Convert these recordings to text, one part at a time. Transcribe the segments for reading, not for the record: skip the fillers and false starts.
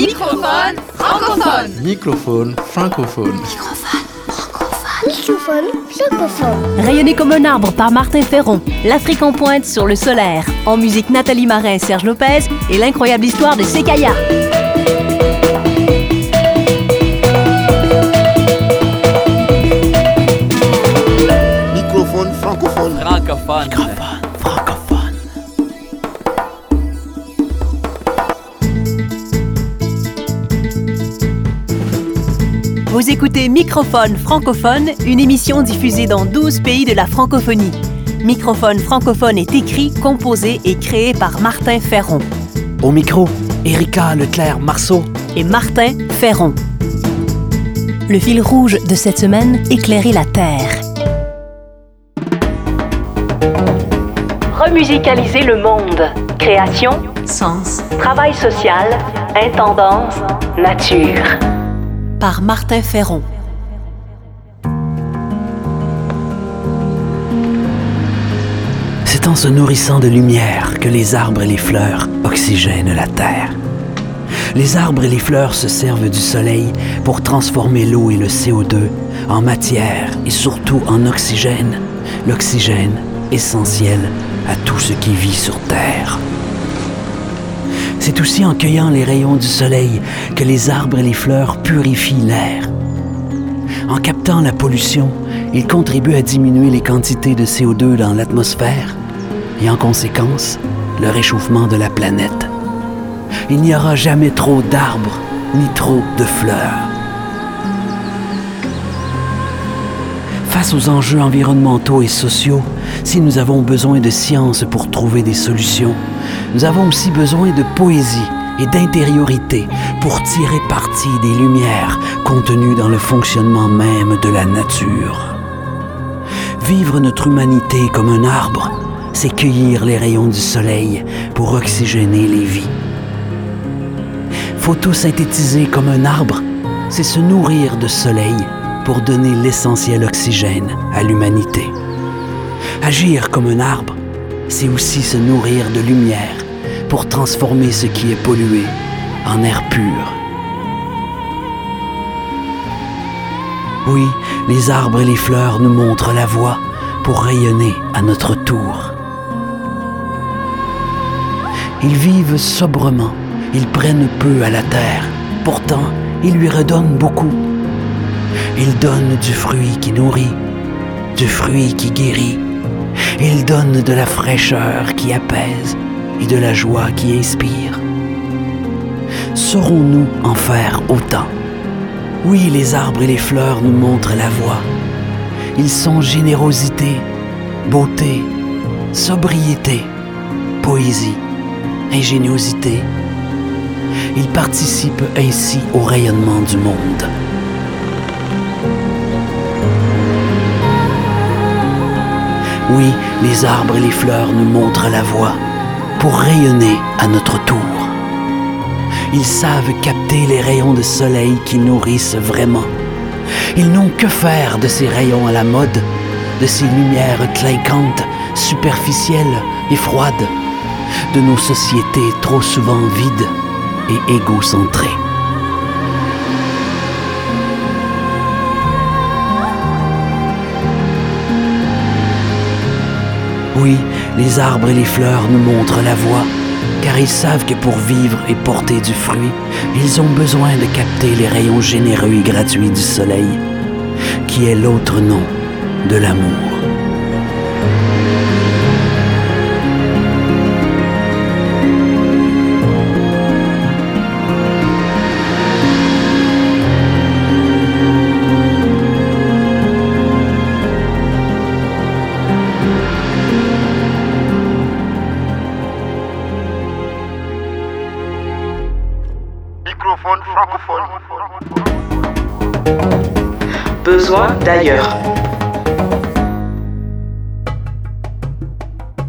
Microphone francophone. Microphone francophone. Microphone francophone. Rayonné comme un arbre par Martin Ferron, l'Afrique en pointe sur le solaire. En musique, Nathalie Marin, Serge Lopez et l'incroyable histoire de Sekaya. Microphone francophone. Francophone. Francophone. Vous écoutez Microphone francophone, une émission diffusée dans 12 pays de la francophonie. Microphone francophone est écrit, composé et créé par Martin Ferron. Au micro, Erika Leclerc-Marceau Et Martin Ferron. Le fil rouge de cette semaine, éclairer la Terre. Remusicaliser le monde. Création, sens, travail social, intendance, nature. Par Martin Ferron. C'est en se nourrissant de lumière que les arbres et les fleurs oxygènent la terre. Les arbres et les fleurs se servent du soleil pour transformer l'eau et le CO2 en matière et surtout en oxygène, l'oxygène essentiel à tout ce qui vit sur Terre. C'est aussi en cueillant les rayons du soleil que les arbres et les fleurs purifient l'air. En captant la pollution, ils contribuent à diminuer les quantités de CO2 dans l'atmosphère et en conséquence, le réchauffement de la planète. Il n'y aura jamais trop d'arbres ni trop de fleurs. Face aux enjeux environnementaux et sociaux, si nous avons besoin de science pour trouver des solutions, nous avons aussi besoin de poésie et d'intériorité pour tirer parti des lumières contenues dans le fonctionnement même de la nature. Vivre notre humanité comme un arbre, c'est cueillir les rayons du soleil pour oxygéner les vies. Photosynthétiser comme un arbre, c'est se nourrir de soleil pour donner l'essentiel oxygène à l'humanité. Agir comme un arbre, c'est aussi se nourrir de lumière pour transformer ce qui est pollué en air pur. Oui, les arbres et les fleurs nous montrent la voie pour rayonner à notre tour. Ils vivent sobrement, ils prennent peu à la terre, pourtant ils lui redonnent beaucoup. Ils donnent du fruit qui nourrit, du fruit qui guérit. Ils donnent de la fraîcheur qui apaise et de la joie qui inspire. Saurons-nous en faire autant? Oui, les arbres et les fleurs nous montrent la voie. Ils sont générosité, beauté, sobriété, poésie, ingéniosité. Ils participent ainsi au rayonnement du monde. Oui, les arbres et les fleurs nous montrent la voie pour rayonner à notre tour. Ils savent capter les rayons de soleil qui nourrissent vraiment. Ils n'ont que faire de ces rayons à la mode, de ces lumières clinquantes, superficielles et froides, de nos sociétés trop souvent vides et égocentrées. Oui, les arbres et les fleurs nous montrent la voie, car ils savent que pour vivre et porter du fruit, ils ont besoin de capter les rayons généreux et gratuits du soleil, qui est l'autre nom de l'amour. Microphone francophone. Besoin d'ailleurs.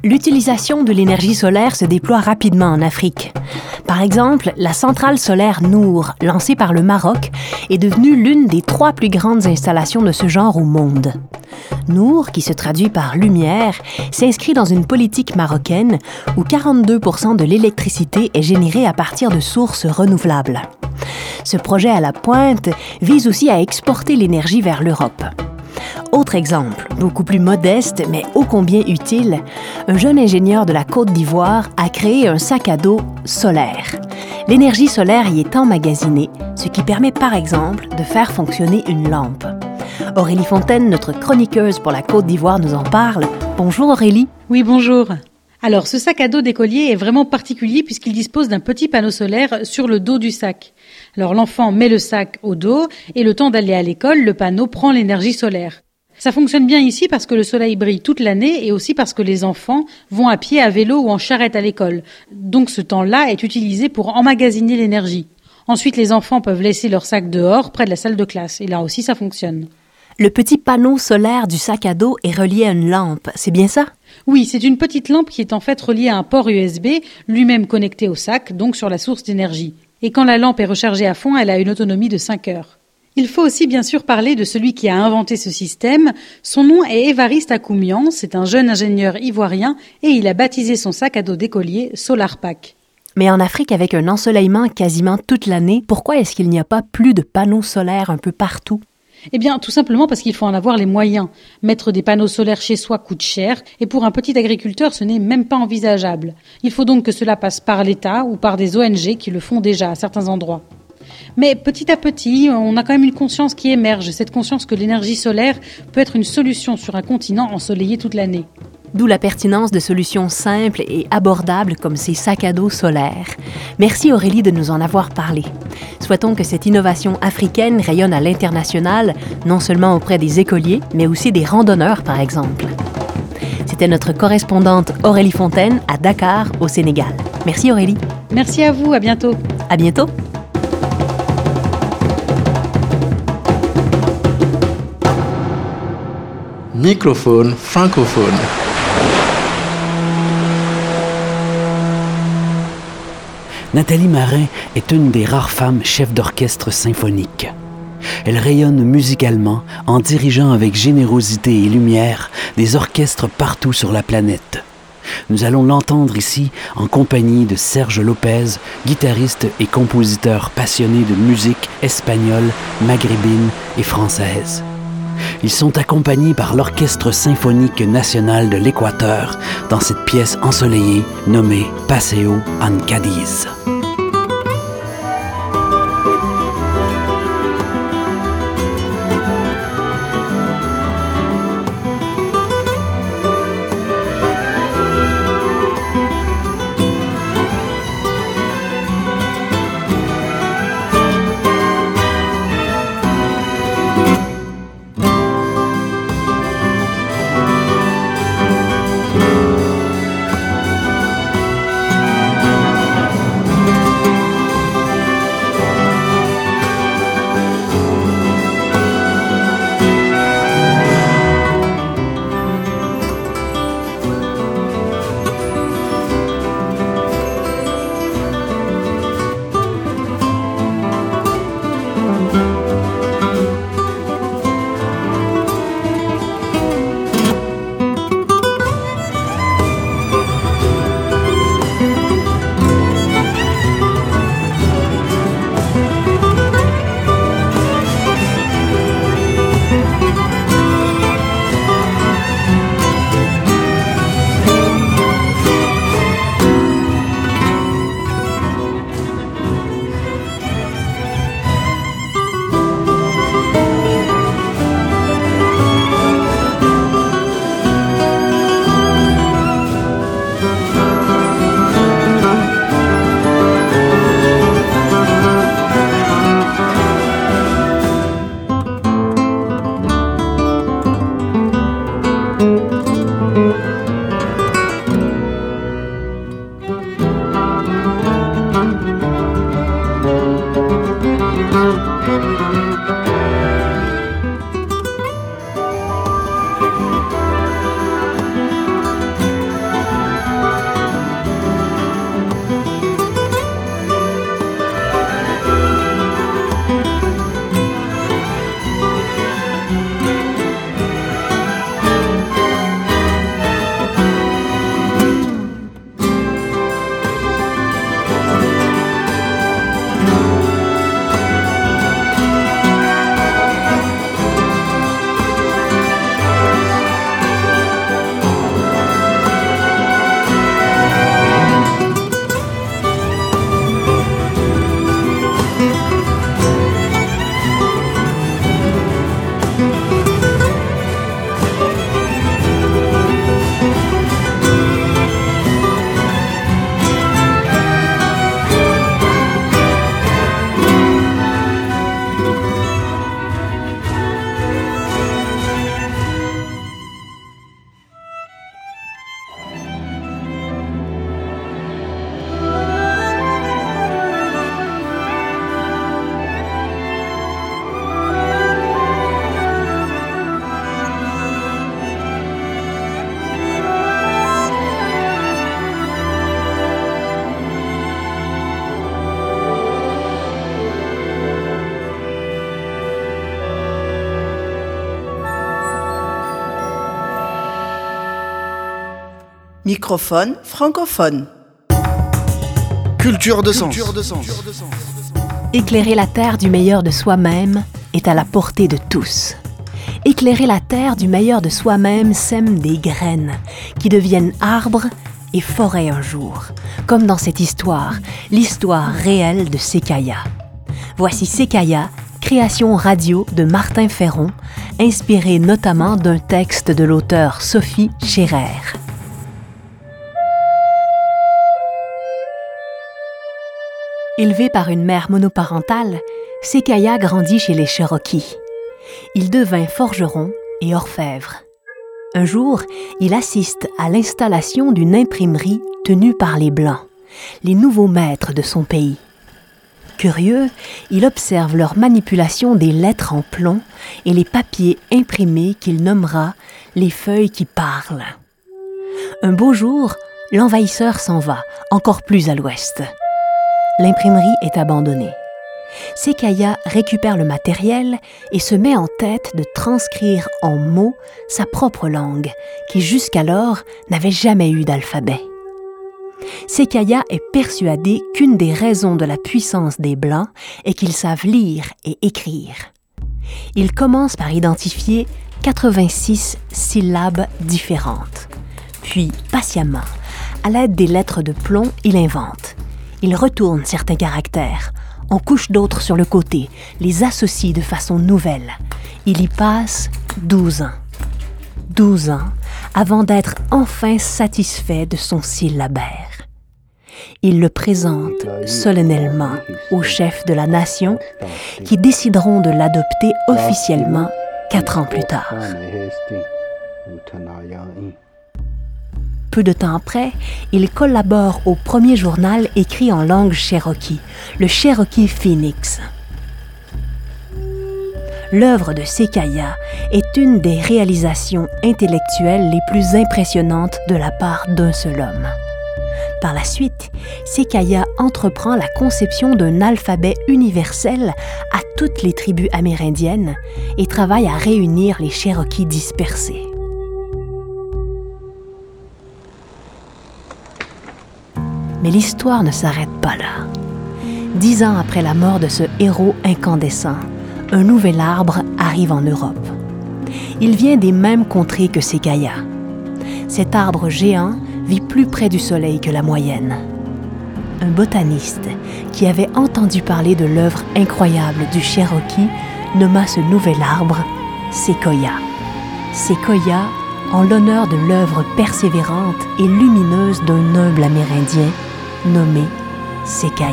L'utilisation de l'énergie solaire se déploie rapidement en Afrique. Par exemple, la centrale solaire Nour, lancée par le Maroc, est devenue l'une des 3 plus grandes installations de ce genre au monde. Nour, qui se traduit par lumière, s'inscrit dans une politique marocaine où 42% de l'électricité est générée à partir de sources renouvelables. Ce projet à la pointe vise aussi à exporter l'énergie vers l'Europe. Autre exemple, beaucoup plus modeste mais ô combien utile, un jeune ingénieur de la Côte d'Ivoire a créé un sac à dos solaire. L'énergie solaire y est emmagasinée, ce qui permet par exemple de faire fonctionner une lampe. Aurélie Fontaine, notre chroniqueuse pour la Côte d'Ivoire, nous en parle. Bonjour Aurélie. Oui, bonjour. Alors, ce sac à dos d'écolier est vraiment particulier puisqu'il dispose d'un petit panneau solaire sur le dos du sac. Alors, l'enfant met le sac au dos et le temps d'aller à l'école, le panneau prend l'énergie solaire. Ça fonctionne bien ici parce que le soleil brille toute l'année et aussi parce que les enfants vont à pied, à vélo ou en charrette à l'école. Donc, ce temps-là est utilisé pour emmagasiner l'énergie. Ensuite, les enfants peuvent laisser leur sac dehors, près de la salle de classe. Et là aussi, ça fonctionne. Le petit panneau solaire du sac à dos est relié à une lampe, c'est bien ça? Oui, c'est une petite lampe qui est en fait reliée à un port USB, lui-même connecté au sac, donc sur la source d'énergie. Et quand la lampe est rechargée à fond, elle a une autonomie de 5 heures. Il faut aussi bien sûr parler de celui qui a inventé ce système. Son nom est Évariste Akoumian, c'est un jeune ingénieur ivoirien et il a baptisé son sac à dos d'écolier SolarPack. Mais en Afrique, avec un ensoleillement quasiment toute l'année, pourquoi est-ce qu'il n'y a pas plus de panneaux solaires un peu partout? Eh bien, tout simplement parce qu'il faut en avoir les moyens. Mettre des panneaux solaires chez soi coûte cher et pour un petit agriculteur, ce n'est même pas envisageable. Il faut donc que cela passe par l'État ou par des ONG qui le font déjà à certains endroits. Mais petit à petit, on a quand même une conscience qui émerge, cette conscience que l'énergie solaire peut être une solution sur un continent ensoleillé toute l'année. D'où la pertinence de solutions simples et abordables comme ces sacs à dos solaires. Merci Aurélie de nous en avoir parlé. Souhaitons que cette innovation africaine rayonne à l'international, non seulement auprès des écoliers, mais aussi des randonneurs par exemple. C'était notre correspondante Aurélie Fontaine à Dakar, au Sénégal. Merci Aurélie. Merci à vous, à bientôt. À bientôt. Microphone francophone. Nathalie Marin est une des rares femmes chefs d'orchestre symphonique. Elle rayonne musicalement en dirigeant avec générosité et lumière des orchestres partout sur la planète. Nous allons l'entendre ici en compagnie de Serge Lopez, guitariste et compositeur passionné de musique espagnole, maghrébine et française. Ils sont accompagnés par l'Orchestre symphonique national de l'Équateur dans cette pièce ensoleillée nommée Paseo en Cádiz. Microphone francophone. Culture de sens. Éclairer la terre du meilleur de soi-même est à la portée de tous. Éclairer la terre du meilleur de soi-même sème des graines qui deviennent arbres et forêts un jour, comme dans cette histoire, l'histoire réelle de Sekaya. Voici Sekaya, création radio de Martin Ferron, inspirée notamment d'un texte de l'auteur Sophie Scherer. Élevé par une mère monoparentale, Sekaya grandit chez les Cherokees. Il devint forgeron et orfèvre. Un jour, il assiste à l'installation d'une imprimerie tenue par les Blancs, les nouveaux maîtres de son pays. Curieux, il observe leur manipulation des lettres en plomb et les papiers imprimés qu'il nommera les feuilles qui parlent. Un beau jour, l'envahisseur s'en va, encore plus à l'ouest. L'imprimerie est abandonnée. Sekaya récupère le matériel et se met en tête de transcrire en mots sa propre langue, qui jusqu'alors n'avait jamais eu d'alphabet. Sekaya est persuadé qu'une des raisons de la puissance des Blancs est qu'ils savent lire et écrire. Il commence par identifier 86 syllabes différentes. Puis, patiemment, à l'aide des lettres de plomb, il invente. Il retourne certains caractères, en couche d'autres sur le côté, les associe de façon nouvelle. Il y passe 12 ans. 12 ans avant d'être enfin satisfait de son syllabaire. Il le présente solennellement aux chefs de la nation qui décideront de l'adopter officiellement 4 ans plus tard. Peu de temps après, il collabore au premier journal écrit en langue cherokee, le Cherokee Phoenix. L'œuvre de Sekaya est une des réalisations intellectuelles les plus impressionnantes de la part d'un seul homme. Par la suite, Sekaya entreprend la conception d'un alphabet universel à toutes les tribus amérindiennes et travaille à réunir les Cherokees dispersés. Mais l'histoire ne s'arrête pas là. 10 ans après la mort de ce héros incandescent, un nouvel arbre arrive en Europe. Il vient des mêmes contrées que Sekaya. Cet arbre géant vit plus près du soleil que la moyenne. Un botaniste qui avait entendu parler de l'œuvre incroyable du Cherokee nomma ce nouvel arbre Sequoia. Sequoia en l'honneur de l'œuvre persévérante et lumineuse d'un noble Amérindien nommé Sekaya.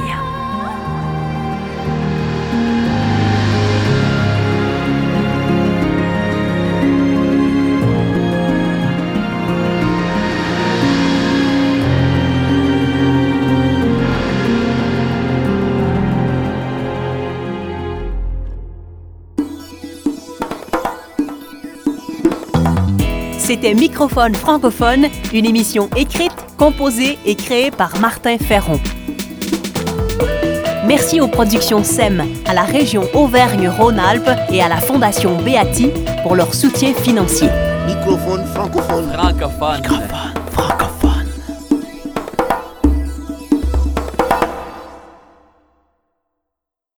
C'était Microphone francophone, une émission écrite, composée et créée par Martin Ferron. Merci aux productions SEM, à la région Auvergne-Rhône-Alpes et à la Fondation Beati pour leur soutien financier. Microphone francophone. Francophone.